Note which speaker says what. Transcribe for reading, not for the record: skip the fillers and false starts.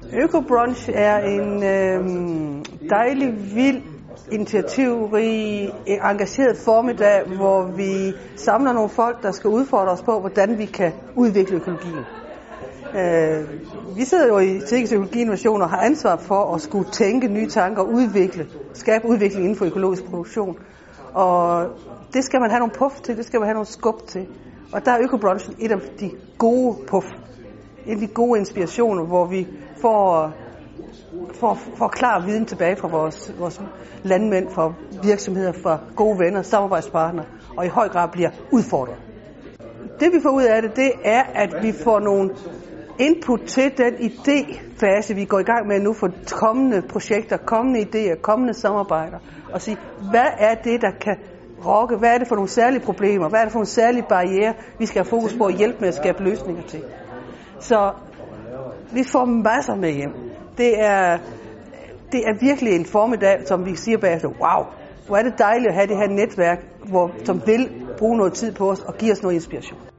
Speaker 1: Økobrunch er en dejlig, vild, initiativrig, engageret formiddag, hvor vi samler nogle folk, der skal udfordre os på, hvordan vi kan udvikle økologien. Vi sidder jo i Teknisk Økologi Innovation og har ansvar for at skulle tænke nye tanker og skabe udvikling inden for økologisk produktion. Og det skal man have nogle puff til, det skal man have nogle skub til. Og der er Økobrunch et af de gode puff. En af de gode inspirationer, hvor vi får klar viden tilbage fra vores landmænd, fra virksomheder, fra gode venner, samarbejdspartnere, og i høj grad bliver udfordret. Det vi får ud af det er, at vi får nogle input til den idéfase, vi går i gang med nu for kommende projekter, kommende idéer, kommende samarbejder, og sige, hvad er det, der kan rokke, hvad er det for nogle særlige problemer, hvad er det for nogle særlige barrierer, vi skal have fokus på at hjælpe med at skabe løsninger til. Så vi får masser med hjem. Det er virkelig en formiddag, som vi siger bagefter, wow, hvor er det dejligt at have det her netværk, som vil bruge noget tid på os og give os noget inspiration.